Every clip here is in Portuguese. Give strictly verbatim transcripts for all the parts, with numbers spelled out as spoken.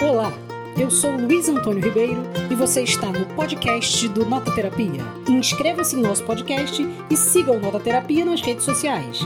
Olá, eu sou Luiz Antônio Ribeiro e você está no podcast do Nota Terapia. Inscreva-se no nosso podcast e siga o Nota Terapia nas redes sociais.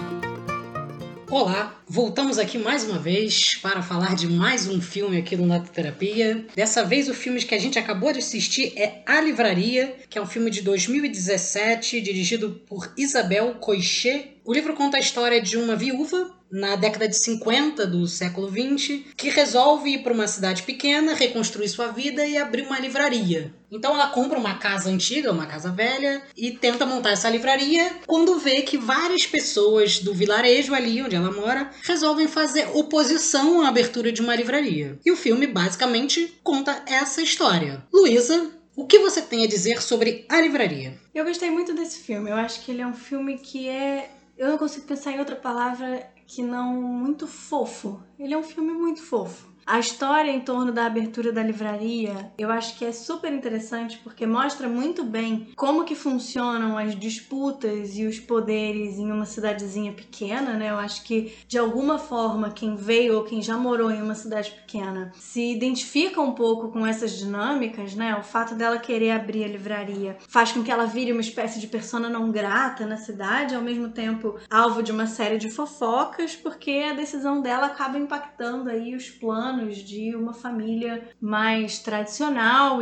Olá, voltamos aqui mais uma vez para falar de mais um filme aqui do Nota Terapia. Dessa vez o filme que a gente acabou de assistir é A Livraria, que é um filme de dois mil e dezessete, dirigido por Isabel Coixet. O livro conta a história de uma viúva na década de cinquenta do século vinte, que resolve ir para uma cidade pequena, reconstruir sua vida e abrir uma livraria. Então ela compra uma casa antiga, uma casa velha, e tenta montar essa livraria, quando vê que várias pessoas do vilarejo ali onde ela mora resolvem fazer oposição à abertura de uma livraria. E o filme basicamente conta essa história. Luísa, o que você tem a dizer sobre A Livraria? Eu gostei muito desse filme. Eu acho que ele é um filme que é... Eu não consigo pensar em outra palavra que não muito fofo. Ele é um filme muito fofo. A história em torno da abertura da livraria, eu acho que é super interessante porque mostra muito bem como que funcionam as disputas e os poderes em uma cidadezinha pequena, né? Eu acho que, de alguma forma, quem veio ou quem já morou em uma cidade pequena se identifica um pouco com essas dinâmicas, né? O fato dela querer abrir a livraria faz com que ela vire uma espécie de persona não grata na cidade, ao mesmo tempo alvo de uma série de fofocas, porque a decisão dela acaba impactando aí os planos de uma família mais tradicional e,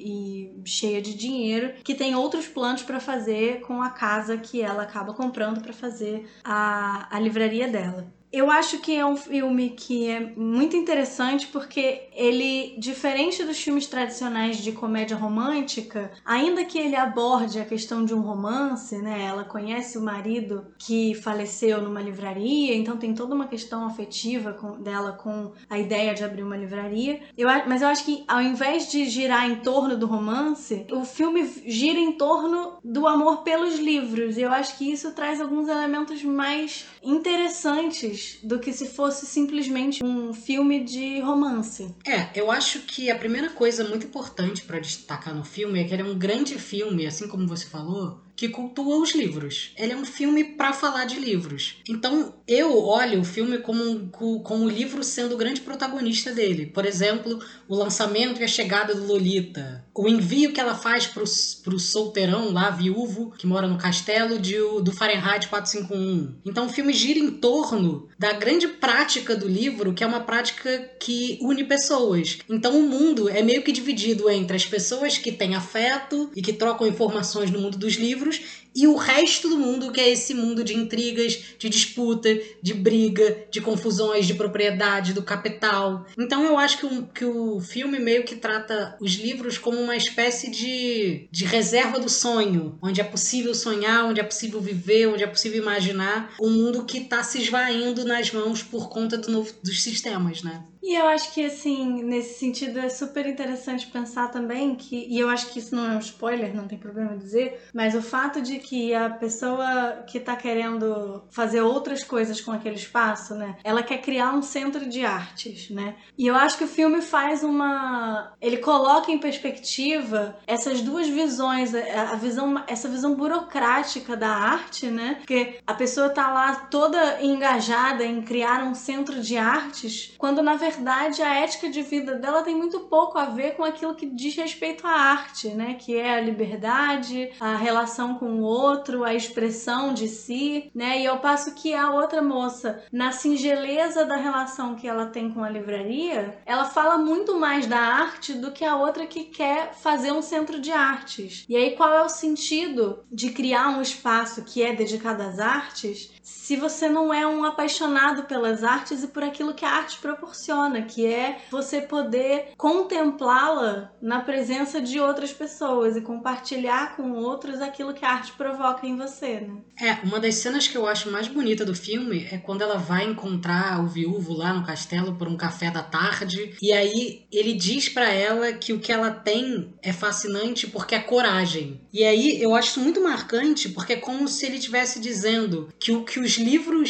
e cheia de dinheiro, que tem outros planos para fazer com a casa que ela acaba comprando para fazer a, a livraria dela. Eu acho que é um filme que é muito interessante porque ele, diferente dos filmes tradicionais de comédia romântica, ainda que ele aborde a questão de um romance, né? Ela conhece o marido que faleceu numa livraria, então tem toda uma questão afetiva com, dela com a ideia de abrir uma livraria. Eu, mas eu acho que ao invés de girar em torno do romance, o filme gira em torno do amor pelos livros. E eu acho que isso traz alguns elementos mais interessantes do que se fosse simplesmente um filme de romance. É, eu acho que a primeira coisa muito importante para destacar no filme é que ele é um grande filme, assim como você falou, que cultua os livros. Ele é um filme para falar de livros. Então, eu olho o filme como, como o livro sendo o grande protagonista dele. Por exemplo, o lançamento e a chegada do Lolita. O envio que ela faz pro, pro solteirão lá, viúvo, que mora no castelo, de, do Fahrenheit quatrocentos e cinquenta e um. Então, o filme gira em torno da grande prática do livro, que é uma prática que une pessoas. Então, o mundo é meio que dividido entre as pessoas que têm afeto e que trocam informações no mundo dos livros, e o resto do mundo, que é esse mundo de intrigas, de disputa, de briga, de confusões, de propriedade, do capital. Então eu acho que o, que o filme meio que trata os livros como uma espécie de, de reserva do sonho, onde é possível sonhar, onde é possível viver, onde é possível imaginar um mundo que está se esvaindo nas mãos por conta do novo, dos sistemas, né? E eu acho que, assim, nesse sentido é super interessante pensar também que, e eu acho que isso não é um spoiler, não tem problema dizer, mas o fato de que a pessoa que tá querendo fazer outras coisas com aquele espaço, né, ela quer criar um centro de artes, né, e eu acho que o filme faz uma... ele coloca em perspectiva essas duas visões, a visão, essa visão burocrática da arte, né, porque a pessoa tá lá toda engajada em criar um centro de artes, quando na verdade verdade, a ética de vida dela tem muito pouco a ver com aquilo que diz respeito à arte, né? Que é a liberdade, a relação com o outro, a expressão de si, né? E ao passo que a outra moça, na singeleza da relação que ela tem com a livraria, ela fala muito mais da arte do que a outra que quer fazer um centro de artes. E aí, qual é o sentido de criar um espaço que é dedicado às artes se você não é um apaixonado pelas artes e por aquilo que a arte proporciona, que é você poder contemplá-la na presença de outras pessoas e compartilhar com outros aquilo que a arte provoca em você, né? É, uma das cenas que eu acho mais bonita do filme é quando ela vai encontrar o viúvo lá no castelo por um café da tarde, e aí ele diz pra ela que o que ela tem é fascinante porque é coragem. E aí eu acho isso muito marcante, porque é como se ele estivesse dizendo que o que os livros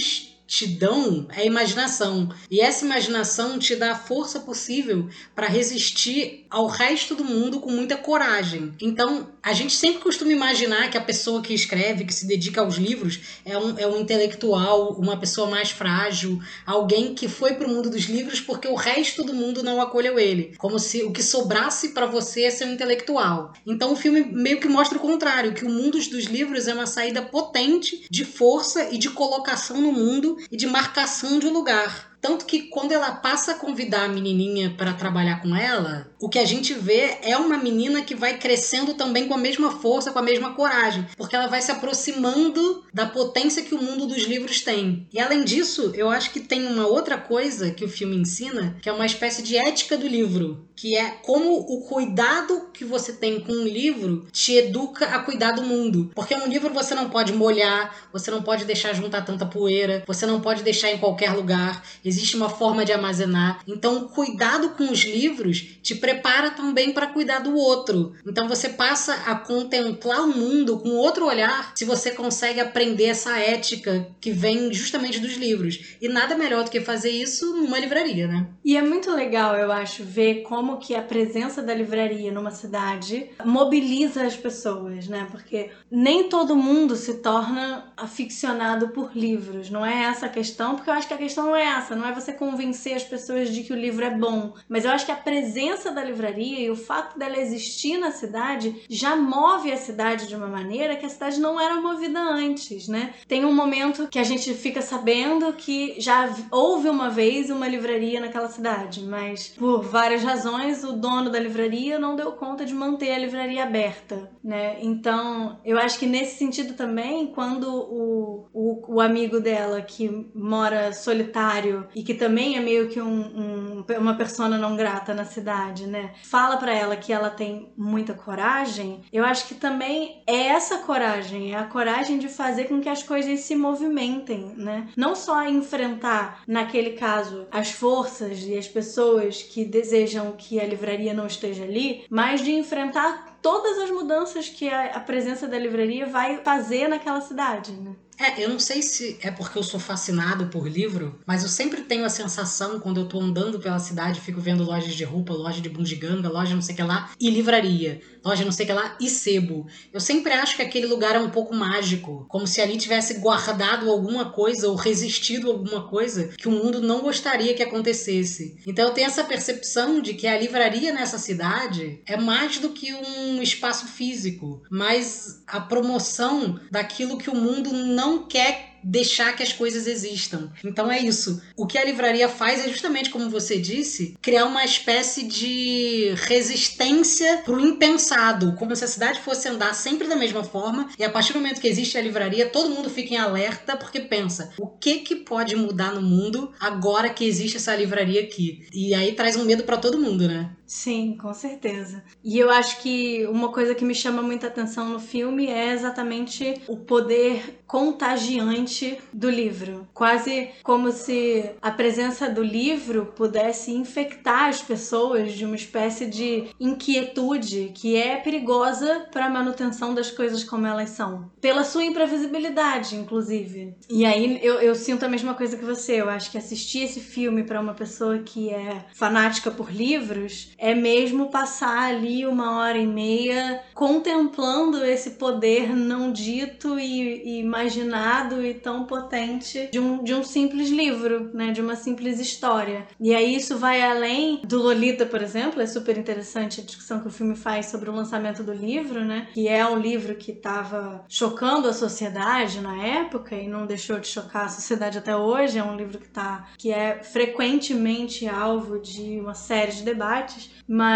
te dão é imaginação. E essa imaginação te dá a força possível para resistir ao resto do mundo com muita coragem. Então, a gente sempre costuma imaginar que a pessoa que escreve, que se dedica aos livros, é um, é um intelectual, uma pessoa mais frágil, alguém que foi pro mundo dos livros porque o resto do mundo não acolheu ele. Como se o que sobrasse para você é ser um intelectual. Então, o filme meio que mostra o contrário, que o mundo dos livros é uma saída potente de força e de colocação no mundo e de marcação de um lugar. Tanto que quando ela passa a convidar a menininha para trabalhar com ela, o que a gente vê é uma menina que vai crescendo também com a mesma força, com a mesma coragem, porque ela vai se aproximando da potência que o mundo dos livros tem. E além disso, eu acho que tem uma outra coisa que o filme ensina, que é uma espécie de ética do livro, que é como o cuidado que você tem com um livro te educa a cuidar do mundo. Porque um livro você não pode molhar, você não pode deixar juntar tanta poeira, você não pode deixar em qualquer lugar. Existe uma forma de armazenar. Então, o cuidado com os livros te prepara também para cuidar do outro. Então, você passa a contemplar o mundo com outro olhar se você consegue aprender essa ética que vem justamente dos livros. E nada melhor do que fazer isso numa livraria, né? E é muito legal, eu acho, ver como que a presença da livraria numa cidade mobiliza as pessoas, né? Porque nem todo mundo se torna aficionado por livros. Não é essa a questão, porque eu acho que a questão não é essa. Não é você convencer as pessoas de que o livro é bom. Mas eu acho que a presença da livraria e o fato dela existir na cidade já move a cidade de uma maneira que a cidade não era movida antes, né? Tem um momento que a gente fica sabendo que já houve uma vez uma livraria naquela cidade, mas por várias razões o dono da livraria não deu conta de manter a livraria aberta, né? Então, eu acho que nesse sentido também, quando o, o, o amigo dela que mora solitário e que também é meio que um, um, uma persona não grata na cidade, né? Fala pra ela que ela tem muita coragem. Eu acho que também é essa coragem, é a coragem de fazer com que as coisas se movimentem, né? Não só enfrentar, naquele caso, as forças e as pessoas que desejam que a livraria não esteja ali, mas de enfrentar todas as mudanças que a, a presença da livraria vai fazer naquela cidade, né? É, eu não sei se é porque eu sou fascinado por livro, mas eu sempre tenho a sensação, quando eu tô andando pela cidade, fico vendo lojas de roupa, loja de bugiganga, loja não sei o que lá, e livraria, loja não sei o que lá, e sebo. Eu sempre acho que aquele lugar é um pouco mágico, como se ali tivesse guardado alguma coisa ou resistido a alguma coisa que o mundo não gostaria que acontecesse. Então eu tenho essa percepção de que a livraria nessa cidade é mais do que um espaço físico, mas a promoção daquilo que o mundo não não quer deixar que as coisas existam. Então é isso. O que a livraria faz é justamente, como você disse, criar uma espécie de resistência pro impensado, como se a cidade fosse andar sempre da mesma forma, e a partir do momento que existe a livraria, todo mundo fica em alerta porque pensa, o que que pode mudar no mundo agora que existe essa livraria aqui? E aí traz um medo para todo mundo, né? Sim, com certeza. E eu acho que uma coisa que me chama muita atenção no filme é exatamente o poder contagiante do livro. Quase como se a presença do livro pudesse infectar as pessoas de uma espécie de inquietude que é perigosa para a manutenção das coisas como elas são. Pela sua imprevisibilidade, inclusive. E aí eu, eu sinto a mesma coisa que você. Eu acho que assistir esse filme para uma pessoa que é fanática por livros é mesmo passar ali uma hora e meia contemplando esse poder não dito e, e imaginado e tão potente de um, de um simples livro, né? De uma simples história. E aí isso vai além do Lolita, por exemplo. É super interessante a discussão que o filme faz sobre o lançamento do livro, né? Que é um livro que estava chocando a sociedade na época e não deixou de chocar a sociedade até hoje. É um livro que, tá, que é frequentemente alvo de uma série de debates,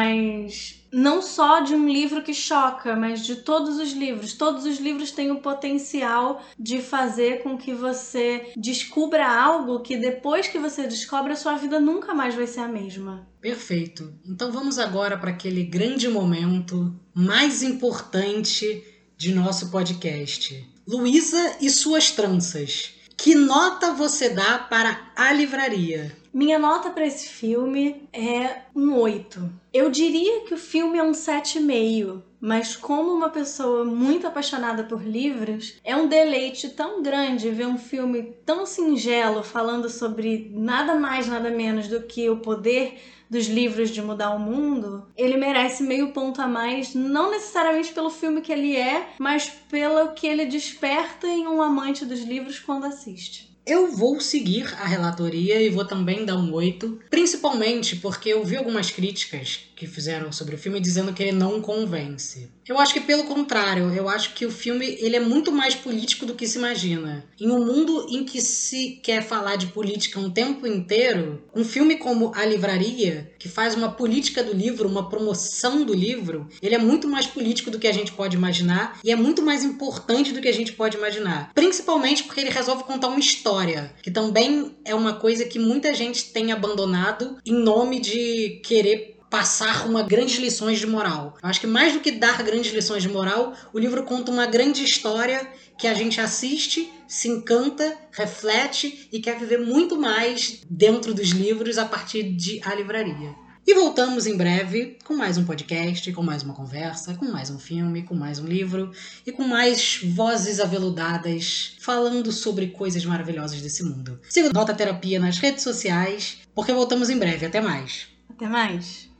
mas não só de um livro que choca, mas de todos os livros. Todos os livros têm o potencial de fazer com que você descubra algo que depois que você descobre, a sua vida nunca mais vai ser a mesma. Perfeito. Então vamos agora para aquele grande momento mais importante de nosso podcast. Luísa e suas tranças. Que nota você dá para A Livraria? Minha nota para esse filme é um oito. Eu diria que o filme é um sete vírgula cinco, mas como uma pessoa muito apaixonada por livros, é um deleite tão grande ver um filme tão singelo falando sobre nada mais, nada menos do que o poder dos livros de mudar o mundo. Ele merece meio ponto a mais, não necessariamente pelo filme que ele é, mas pelo que ele desperta em um amante dos livros quando assiste. Eu vou seguir a relatoria e vou também dar um oito, principalmente porque eu vi algumas críticas que fizeram sobre o filme dizendo que ele não convence. Eu acho que pelo contrário, eu acho que o filme ele é muito mais político do que se imagina. Em um mundo em que se quer falar de política um tempo inteiro, um filme como A Livraria, que faz uma política do livro, uma promoção do livro, ele é muito mais político do que a gente pode imaginar e é muito mais importante do que a gente pode imaginar. Principalmente porque ele resolve contar uma história, que também é uma coisa que muita gente tem abandonado em nome de querer passar uma grandes lições de moral. Eu acho que mais do que dar grandes lições de moral, o livro conta uma grande história que a gente assiste, se encanta, reflete e quer viver muito mais dentro dos livros a partir de A Livraria. E voltamos em breve com mais um podcast, com mais uma conversa, com mais um filme, com mais um livro e com mais vozes aveludadas falando sobre coisas maravilhosas desse mundo. Siga Nota Terapia nas redes sociais, porque voltamos em breve. Até mais. Até mais.